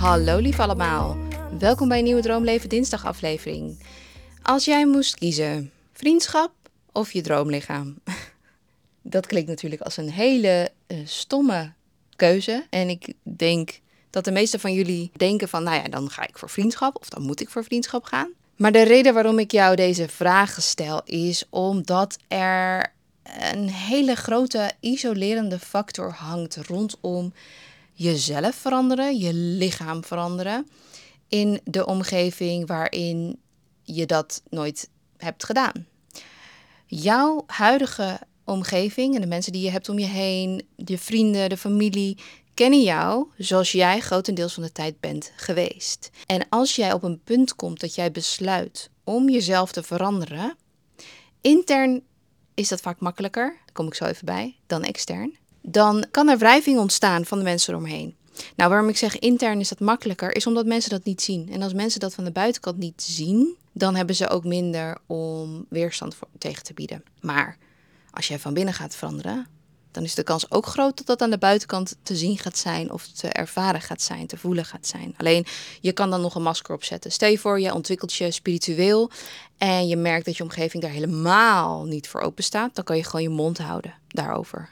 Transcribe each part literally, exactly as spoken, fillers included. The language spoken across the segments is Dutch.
Hallo lief allemaal, welkom bij een nieuwe Droomleven Dinsdag aflevering. Als jij moest kiezen, vriendschap of je droomlichaam? Dat klinkt natuurlijk als een hele uh, stomme keuze. En ik denk dat de meeste van jullie denken van, nou ja, dan ga ik voor vriendschap of dan moet ik voor vriendschap gaan. Maar de reden waarom ik jou deze vraag stel is omdat er een hele grote isolerende factor hangt rondom jezelf veranderen, je lichaam veranderen in de omgeving waarin je dat nooit hebt gedaan. Jouw huidige omgeving en de mensen die je hebt om je heen, je vrienden, de familie, kennen jou zoals jij grotendeels van de tijd bent geweest. En als jij op een punt komt dat jij besluit om jezelf te veranderen, intern is dat vaak makkelijker, daar kom ik zo even bij, dan extern. Dan kan er wrijving ontstaan van de mensen eromheen. Nou, waarom ik zeg intern is dat makkelijker, is omdat mensen dat niet zien. En als mensen dat van de buitenkant niet zien, dan hebben ze ook minder om weerstand voor, tegen te bieden. Maar als jij van binnen gaat veranderen, dan is de kans ook groot dat dat aan de buitenkant te zien gaat zijn of te ervaren gaat zijn, te voelen gaat zijn. Alleen, je kan dan nog een masker opzetten. Stel je voor, je ontwikkelt je spiritueel en je merkt dat je omgeving daar helemaal niet voor open staat, dan kan je gewoon je mond houden daarover.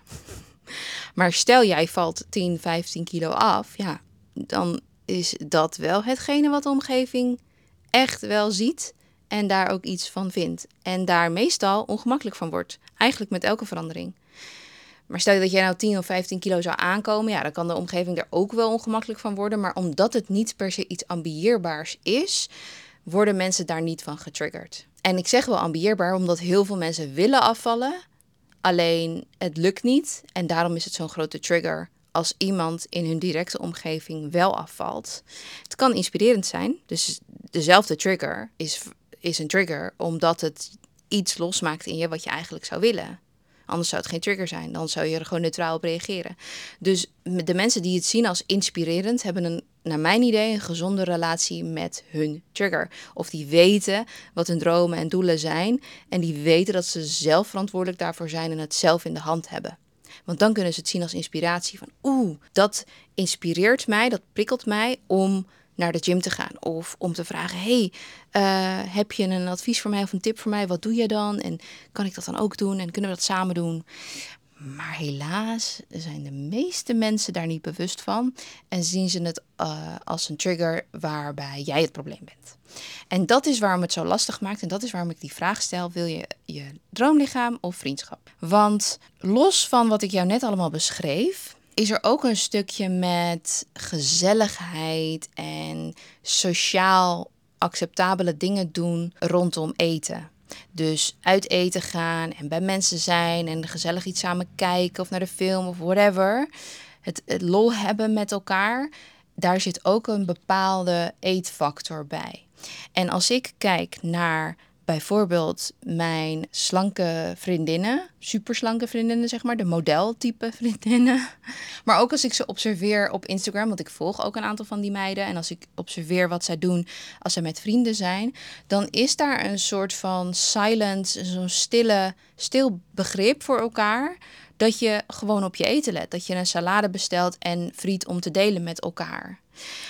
Maar stel jij valt tien, vijftien kilo af, ja, dan is dat wel hetgene wat de omgeving echt wel ziet en daar ook iets van vindt. En daar meestal ongemakkelijk van wordt. Eigenlijk met elke verandering. Maar stel je dat jij nou tien of vijftien kilo zou aankomen, ja, dan kan de omgeving er ook wel ongemakkelijk van worden. Maar omdat het niet per se iets ambieerbaars is, worden mensen daar niet van getriggerd. En ik zeg wel ambieerbaar, omdat heel veel mensen willen afvallen. Alleen het lukt niet en daarom is het zo'n grote trigger als iemand in hun directe omgeving wel afvalt. Het kan inspirerend zijn, dus dezelfde trigger is, is een trigger omdat het iets losmaakt in je wat je eigenlijk zou willen. Anders zou het geen trigger zijn, dan zou je er gewoon neutraal op reageren. Dus de mensen die het zien als inspirerend hebben een, naar mijn idee, een gezonde relatie met hun trigger. Of die weten wat hun dromen en doelen zijn en die weten dat ze zelf verantwoordelijk daarvoor zijn en het zelf in de hand hebben. Want dan kunnen ze het zien als inspiratie van oeh, dat inspireert mij, dat prikkelt mij om naar de gym te gaan. Of om te vragen, hey, uh, heb je een advies voor mij of een tip voor mij? Wat doe je dan? En kan ik dat dan ook doen? En kunnen we dat samen doen? Maar helaas zijn de meeste mensen daar niet bewust van. En zien ze het uh, als een trigger waarbij jij het probleem bent. En dat is waarom het zo lastig maakt. En dat is waarom ik die vraag stel. Wil je je droomlichaam of vriendschap? Want los van wat ik jou net allemaal beschreef, is er ook een stukje met gezelligheid en sociaal acceptabele dingen doen rondom eten. Dus uit eten gaan en bij mensen zijn en gezellig iets samen kijken of naar de film of whatever. Het, het lol hebben met elkaar, daar zit ook een bepaalde eetfactor bij. En als ik kijk naar bijvoorbeeld mijn slanke vriendinnen, superslanke vriendinnen zeg maar, de modeltype vriendinnen. Maar ook als ik ze observeer op Instagram, want ik volg ook een aantal van die meiden. En als ik observeer wat zij doen als ze met vrienden zijn, dan is daar een soort van silence, zo'n stille, stil begrip voor elkaar. Dat je gewoon op je eten let. Dat je een salade bestelt en friet om te delen met elkaar.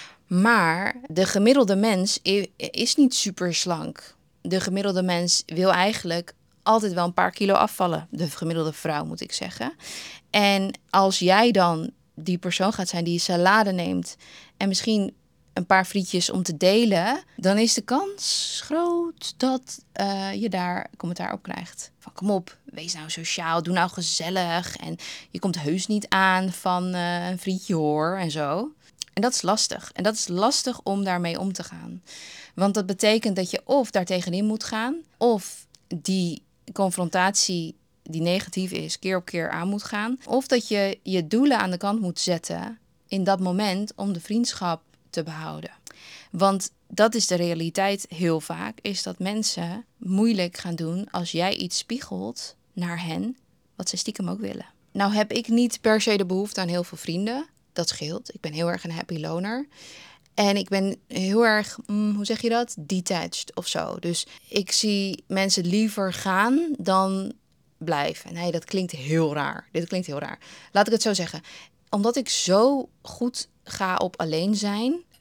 Maar de gemiddelde mens is niet super slank. De gemiddelde mens wil eigenlijk altijd wel een paar kilo afvallen. De gemiddelde vrouw, moet ik zeggen. En als jij dan die persoon gaat zijn die je salade neemt en misschien een paar frietjes om te delen, dan is de kans groot dat uh, je daar commentaar op krijgt. Van kom op, wees nou sociaal, doe nou gezellig. En je komt heus niet aan van uh, een frietje hoor en zo. En dat is lastig. En dat is lastig om daarmee om te gaan. Want dat betekent dat je of daar tegenin moet gaan, of die confrontatie die negatief is, keer op keer aan moet gaan. Of dat je je doelen aan de kant moet zetten in dat moment om de vriendschap te behouden. Want dat is de realiteit heel vaak, is dat mensen moeilijk gaan doen als jij iets spiegelt naar hen, wat ze stiekem ook willen. Nou heb ik niet per se de behoefte aan heel veel vrienden. Dat scheelt. Ik ben heel erg een happy loner. En ik ben heel erg, mm, hoe zeg je dat? Detached of zo. Dus ik zie mensen liever gaan dan blijven. Nee, dat klinkt heel raar. Dit klinkt heel raar. Laat ik het zo zeggen. Omdat ik zo goed ga op alleen zijn,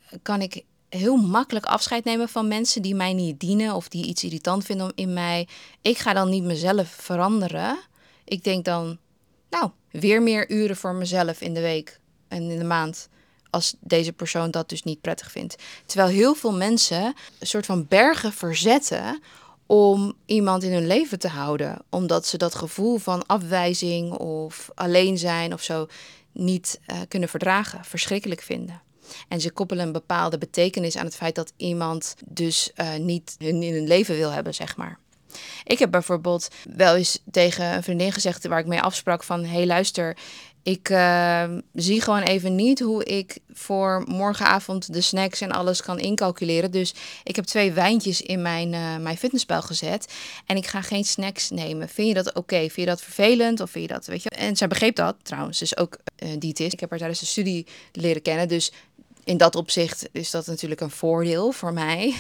kan ik heel makkelijk afscheid nemen van mensen die mij niet dienen of die iets irritant vinden in mij. Ik ga dan niet mezelf veranderen. Ik denk dan, nou, weer meer uren voor mezelf in de week en in de maand, als deze persoon dat dus niet prettig vindt. Terwijl heel veel mensen een soort van bergen verzetten om iemand in hun leven te houden. Omdat ze dat gevoel van afwijzing of alleen zijn of zo niet uh, kunnen verdragen, verschrikkelijk vinden. En ze koppelen een bepaalde betekenis aan het feit dat iemand dus uh, niet hun in hun leven wil hebben, zeg maar. Ik heb bijvoorbeeld wel eens tegen een vriendin gezegd waar ik mee afsprak van, hé, hey, luister, ik uh, zie gewoon even niet hoe ik voor morgenavond de snacks en alles kan incalculeren. Dus ik heb twee wijntjes in mijn, uh, mijn fitnesspal gezet en ik ga geen snacks nemen. Vind je dat oké? Okay? Vind je dat vervelend? Of vind je dat, weet je? En zij begreep dat trouwens, dus ook uh, diëtist. Ik heb haar tijdens de studie leren kennen, dus in dat opzicht is dat natuurlijk een voordeel voor mij.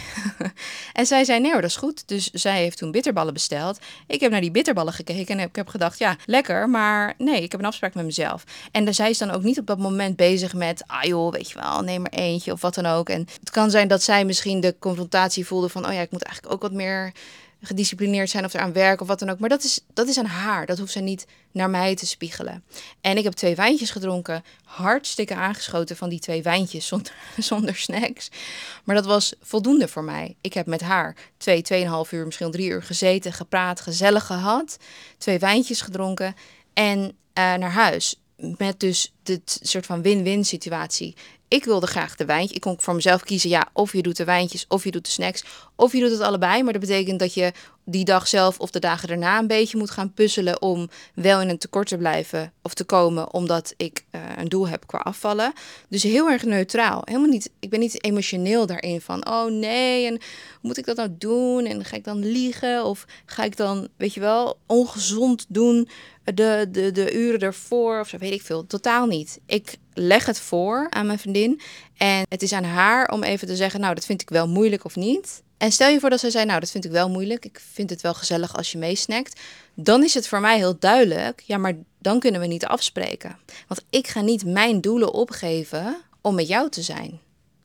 En zij zei, nee hoor, dat is goed. Dus zij heeft toen bitterballen besteld. Ik heb naar die bitterballen gekeken en ik heb gedacht, ja, lekker. Maar nee, ik heb een afspraak met mezelf. En de, zij is dan ook niet op dat moment bezig met, ah joh, weet je wel, neem maar eentje of wat dan ook. En het kan zijn dat zij misschien de confrontatie voelde van, oh ja, ik moet eigenlijk ook wat meer gedisciplineerd zijn of eraan werken of wat dan ook. Maar dat is, dat is aan haar. Dat hoeft ze niet naar mij te spiegelen. En ik heb twee wijntjes gedronken. Hartstikke aangeschoten van die twee wijntjes zonder, zonder snacks. Maar dat was voldoende voor mij. Ik heb met haar twee, tweeënhalf uur, misschien drie uur gezeten, gepraat, gezellig gehad. Twee wijntjes gedronken en uh, naar huis. Met dus dit soort van win-win situatie. Ik wilde graag de wijntjes. Ik kon voor mezelf kiezen, ja, of je doet de wijntjes, of je doet de snacks, of je doet het allebei. Maar dat betekent dat je die dag zelf of de dagen daarna een beetje moet gaan puzzelen om wel in een tekort te blijven of te komen, omdat ik uh, een doel heb qua afvallen. Dus heel erg neutraal. Helemaal niet, ik ben niet emotioneel daarin van, oh nee, en hoe moet ik dat nou doen? En ga ik dan liegen? Of ga ik dan, weet je wel, ongezond doen de, de, de uren ervoor? Of zo, weet ik veel. Totaal niet. Ik leg het voor aan mijn vriendin en het is aan haar om even te zeggen, nou, dat vind ik wel moeilijk of niet. En stel je voor dat zij zei, nou, dat vind ik wel moeilijk. Ik vind het wel gezellig als je meesnackt. Dan is het voor mij heel duidelijk, ja, maar dan kunnen we niet afspreken. Want ik ga niet mijn doelen opgeven om met jou te zijn.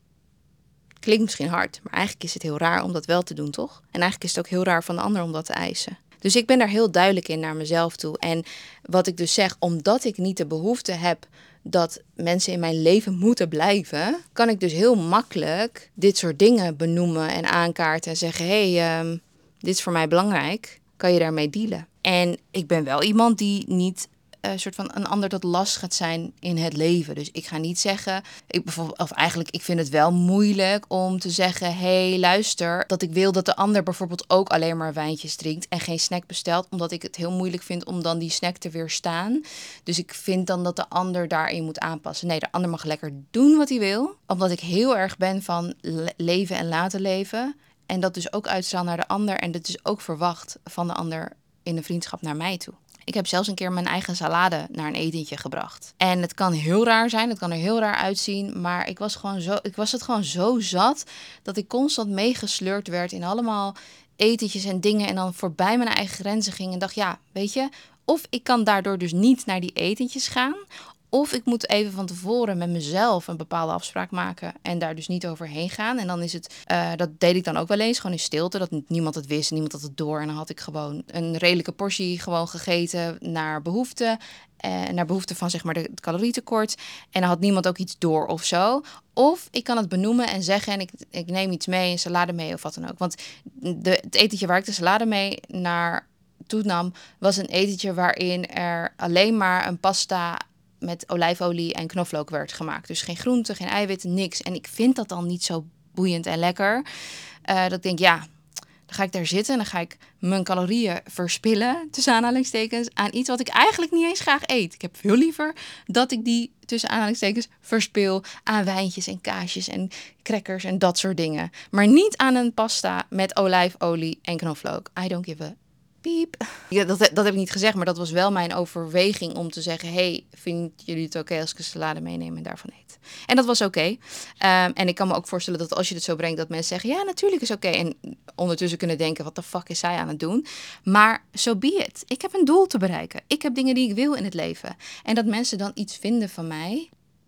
Klinkt misschien hard, maar eigenlijk is het heel raar om dat wel te doen, toch? En eigenlijk is het ook heel raar van de ander om dat te eisen. Dus ik ben daar heel duidelijk in naar mezelf toe. En wat ik dus zeg, omdat ik niet de behoefte heb dat mensen in mijn leven moeten blijven, kan ik dus heel makkelijk dit soort dingen benoemen en aankaarten en zeggen, hé, hey, um, dit is voor mij belangrijk. Kan je daarmee dealen? En ik ben wel iemand die niet een uh, soort van een ander tot last gaat zijn in het leven. Dus ik ga niet zeggen, ik bijvoorbeeld, of eigenlijk, ik vind het wel moeilijk om te zeggen, hé, hey, luister, dat ik wil dat de ander bijvoorbeeld ook alleen maar wijntjes drinkt en geen snack bestelt, omdat ik het heel moeilijk vind om dan die snack te weerstaan. Dus ik vind dan dat de ander daarin moet aanpassen. Nee, de ander mag lekker doen wat hij wil, omdat ik heel erg ben van le- leven en laten leven. En dat dus ook uitstraalt naar de ander en dat dus ook verwacht van de ander in de vriendschap naar mij toe. Ik heb zelfs een keer mijn eigen salade naar een etentje gebracht. En het kan heel raar zijn, het kan er heel raar uitzien, maar ik was, gewoon zo, ik was het gewoon zo zat dat ik constant meegesleurd werd in allemaal etentjes en dingen en dan voorbij mijn eigen grenzen ging en dacht, ja, weet je, of ik kan daardoor dus niet naar die etentjes gaan, of ik moet even van tevoren met mezelf een bepaalde afspraak maken en daar dus niet overheen gaan. En dan is het, uh, dat deed ik dan ook wel eens, gewoon in stilte, dat niemand het wist, niemand had het door. En dan had ik gewoon een redelijke portie gewoon gegeten naar behoefte. Uh, naar behoefte van zeg maar de, het calorietekort. En dan had niemand ook iets door of zo. Of ik kan het benoemen en zeggen en ik, ik neem iets mee, een salade mee of wat dan ook. Want de, het etentje waar ik de salade mee naar toenam, was een etentje waarin er alleen maar een pasta met olijfolie en knoflook werd gemaakt. Dus geen groenten, geen eiwitten, niks. En ik vind dat dan niet zo boeiend en lekker. Uh, dat ik denk, ja, dan ga ik daar zitten en dan ga ik mijn calorieën verspillen, tussen aanhalingstekens, aan iets wat ik eigenlijk niet eens graag eet. Ik heb veel liever dat ik die, tussen aanhalingstekens, verspil aan wijntjes en kaasjes en crackers en dat soort dingen. Maar niet aan een pasta met olijfolie en knoflook. I don't give a piep. Ja, dat, dat heb ik niet gezegd, maar dat was wel mijn overweging om te zeggen, hey, vinden jullie het oké okay als ik een salade meeneem en daarvan eet? En dat was oké. Okay. Um, en ik kan me ook voorstellen dat als je het zo brengt, dat mensen zeggen, ja, natuurlijk is oké. Okay. En ondertussen kunnen denken, wat de fuck is zij aan het doen? Maar so be it. Ik heb een doel te bereiken. Ik heb dingen die ik wil in het leven. En dat mensen dan iets vinden van mij,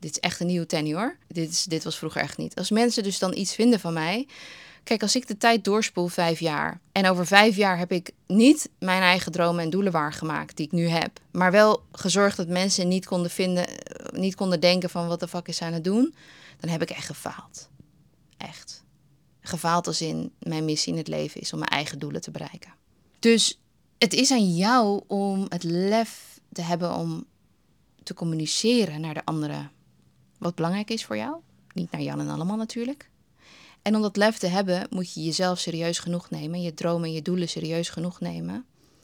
dit is echt een nieuwe Tenny hoor. Dit, is, dit was vroeger echt niet. Als mensen dus dan iets vinden van mij. Kijk, als ik de tijd doorspoel vijf jaar. En over vijf jaar heb ik niet mijn eigen dromen en doelen waargemaakt die ik nu heb. Maar wel gezorgd dat mensen niet konden vinden, niet konden denken van wat de fuck is zij aan het doen. Dan heb ik echt gefaald. Echt. Gefaald als in mijn missie in het leven is om mijn eigen doelen te bereiken. Dus het is aan jou om het lef te hebben om te communiceren naar de anderen. Wat belangrijk is voor jou. Niet naar Jan en allemaal natuurlijk. En om dat lef te hebben moet je jezelf serieus genoeg nemen. Je dromen en je doelen serieus genoeg nemen.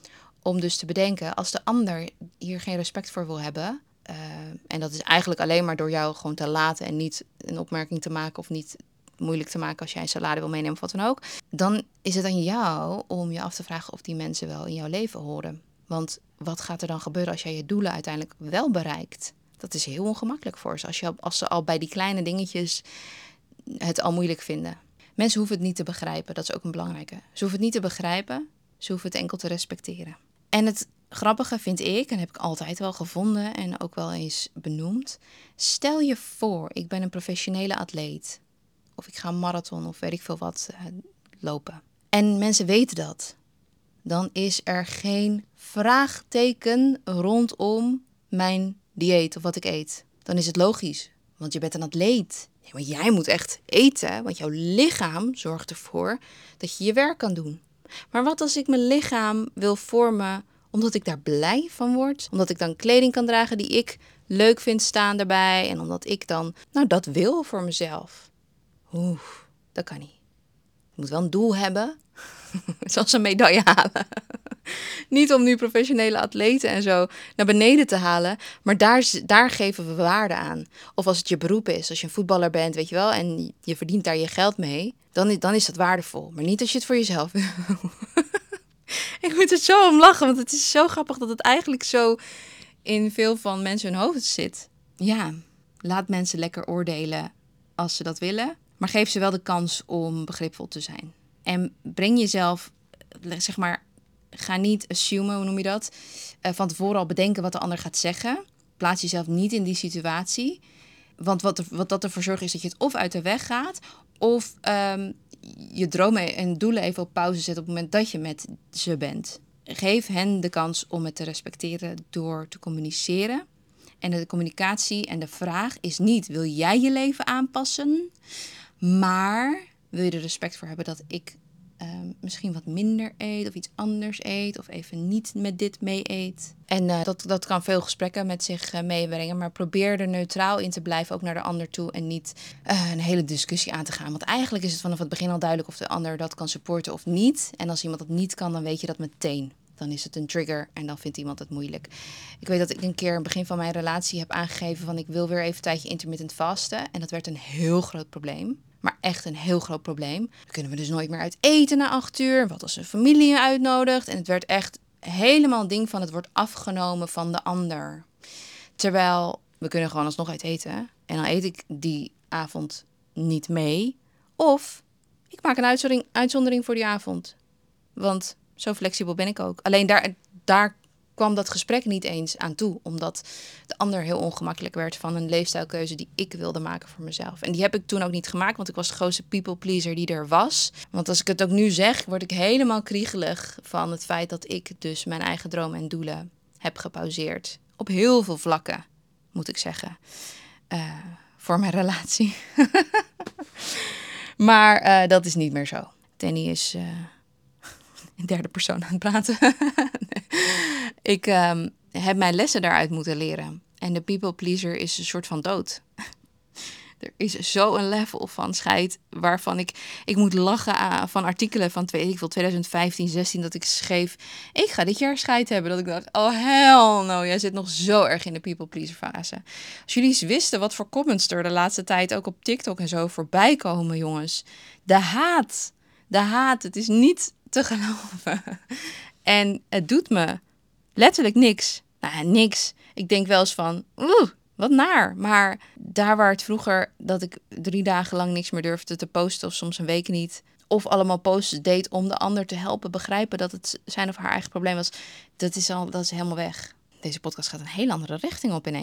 Om dus te bedenken, als de ander hier geen respect voor wil hebben. Uh, en dat is eigenlijk alleen maar door jou gewoon te laten. En niet een opmerking te maken of niet moeilijk te maken als jij een salade wil meenemen of wat dan ook. Dan is het aan jou om je af te vragen of die mensen wel in jouw leven horen. Want wat gaat er dan gebeuren als jij je doelen uiteindelijk wel bereikt? Dat is heel ongemakkelijk voor ze. Als, je, als ze al bij die kleine dingetjes het al moeilijk vinden. Mensen hoeven het niet te begrijpen. Dat is ook een belangrijke. Ze hoeven het niet te begrijpen. Ze hoeven het enkel te respecteren. En het grappige vind ik, en heb ik altijd wel gevonden en ook wel eens benoemd. Stel je voor, ik ben een professionele atleet. Of ik ga een marathon of weet ik veel wat uh, lopen. En mensen weten dat. Dan is er geen vraagteken rondom mijn dieet of wat ik eet. Dan is het logisch, want je bent een atleet. Nee, maar jij moet echt eten, want jouw lichaam zorgt ervoor dat je je werk kan doen. Maar wat als ik mijn lichaam wil vormen omdat ik daar blij van word? Omdat ik dan kleding kan dragen die ik leuk vind staan daarbij. En omdat ik dan, nou dat wil voor mezelf. Oeh, dat kan niet. Je moet wel een doel hebben. Zoals een medaille halen. Niet om nu professionele atleten en zo naar beneden te halen. Maar daar, daar geven we waarde aan. Of als het je beroep is. Als je een voetballer bent, weet je wel. En je verdient daar je geld mee. Dan, dan is dat waardevol. Maar niet als je het voor jezelf wil. Ik moet er zo om lachen. Want het is zo grappig dat het eigenlijk zo in veel van mensen hun hoofd zit. Ja, laat mensen lekker oordelen als ze dat willen. Maar geef ze wel de kans om begripvol te zijn. En breng jezelf, zeg maar, ga niet assumen, hoe noem je dat? Uh, van tevoren al bedenken wat de ander gaat zeggen. Plaats jezelf niet in die situatie. Want wat, er, wat dat ervoor zorgt is dat je het of uit de weg gaat. Of um, je dromen en doelen even op pauze zet op het moment dat je met ze bent. Geef hen de kans om het te respecteren door te communiceren. En de communicatie en de vraag is niet, wil jij je leven aanpassen? Maar wil je er respect voor hebben dat ik uh, misschien wat minder eet of iets anders eet of even niet met dit mee eet? En uh, dat, dat kan veel gesprekken met zich uh, meebrengen, maar probeer er neutraal in te blijven, ook naar de ander toe en niet uh, een hele discussie aan te gaan. Want eigenlijk is het vanaf het begin al duidelijk of de ander dat kan supporten of niet. En als iemand dat niet kan, dan weet je dat meteen. Dan is het een trigger en dan vindt iemand het moeilijk. Ik weet dat ik een keer in het begin van mijn relatie heb aangegeven van ik wil weer even een tijdje intermittent vasten. En dat werd een heel groot probleem. Maar echt een heel groot probleem. Dan kunnen we dus nooit meer uit eten na acht uur. Wat als een familie je uitnodigt. En het werd echt helemaal een ding van het wordt afgenomen van de ander. Terwijl we kunnen gewoon alsnog uit eten. En dan eet ik die avond niet mee. Of ik maak een uitzondering, uitzondering voor die avond. Want zo flexibel ben ik ook. Alleen daar, daar kwam dat gesprek niet eens aan toe. Omdat de ander heel ongemakkelijk werd van een leefstijlkeuze die ik wilde maken voor mezelf. En die heb ik toen ook niet gemaakt, want ik was de grootste people pleaser die er was. Want als ik het ook nu zeg, word ik helemaal kriegelig van het feit dat ik dus mijn eigen dromen en doelen heb gepauzeerd. Op heel veel vlakken, moet ik zeggen. Uh, voor mijn relatie. maar uh, dat is niet meer zo. Tenny is Uh, in derde persoon aan het praten. Ik um, heb mijn lessen daaruit moeten leren. En de people pleaser is een soort van dood. Er is zo een level van scheid waarvan ik... Ik moet lachen aan, van artikelen van twintig vijftien, zestien dat ik schreef... Ik ga dit jaar scheid hebben. Dat ik dacht, oh hell no, jij zit nog zo erg in de people pleaser fase. Als jullie eens wisten wat voor comments er de laatste tijd ook op TikTok en zo voorbij komen, jongens. De haat. De haat. Het is niet te geloven. En het doet me letterlijk niks. Nou, niks. Ik denk wel eens van, oeh, wat naar. Maar daar waar het vroeger dat ik drie dagen lang niks meer durfde te posten of soms een week niet, of allemaal posts deed om de ander te helpen begrijpen dat het zijn of haar eigen probleem was, dat is al, dat is helemaal weg. Deze podcast gaat een hele andere richting op ineens.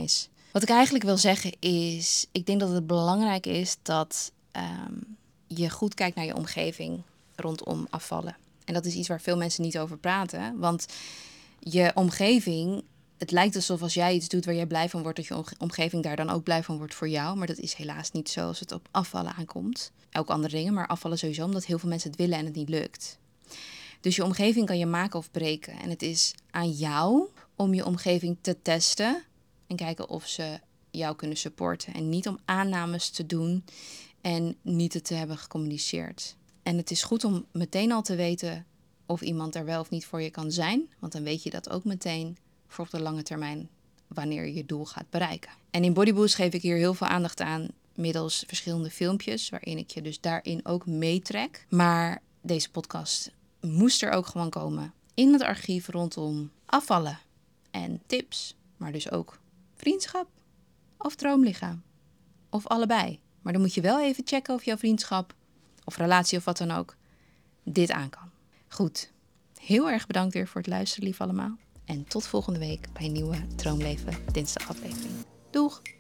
Wat ik eigenlijk wil zeggen is, ik denk dat het belangrijk is dat um, je goed kijkt naar je omgeving rondom afvallen. En dat is iets waar veel mensen niet over praten. Want je omgeving, het lijkt alsof als jij iets doet waar jij blij van wordt, dat je omgeving daar dan ook blij van wordt voor jou. Maar dat is helaas niet zo als het op afvallen aankomt. Ook andere dingen, maar afvallen sowieso, omdat heel veel mensen het willen en het niet lukt. Dus je omgeving kan je maken of breken. En het is aan jou om je omgeving te testen en kijken of ze jou kunnen supporten. En niet om aannames te doen en niet het te hebben gecommuniceerd. En het is goed om meteen al te weten of iemand er wel of niet voor je kan zijn. Want dan weet je dat ook meteen voor op de lange termijn wanneer je je doel gaat bereiken. En in Bodyboost geef ik hier heel veel aandacht aan middels verschillende filmpjes, waarin ik je dus daarin ook meetrek. Maar deze podcast moest er ook gewoon komen in het archief rondom afvallen en tips. Maar dus ook vriendschap of droomlichaam. Of allebei. Maar dan moet je wel even checken of jouw vriendschap of relatie of wat dan ook dit aan kan. Goed, heel erg bedankt weer voor het luisteren, lief allemaal. En tot volgende week bij een nieuwe Droomleven Dinsdag aflevering. Doeg!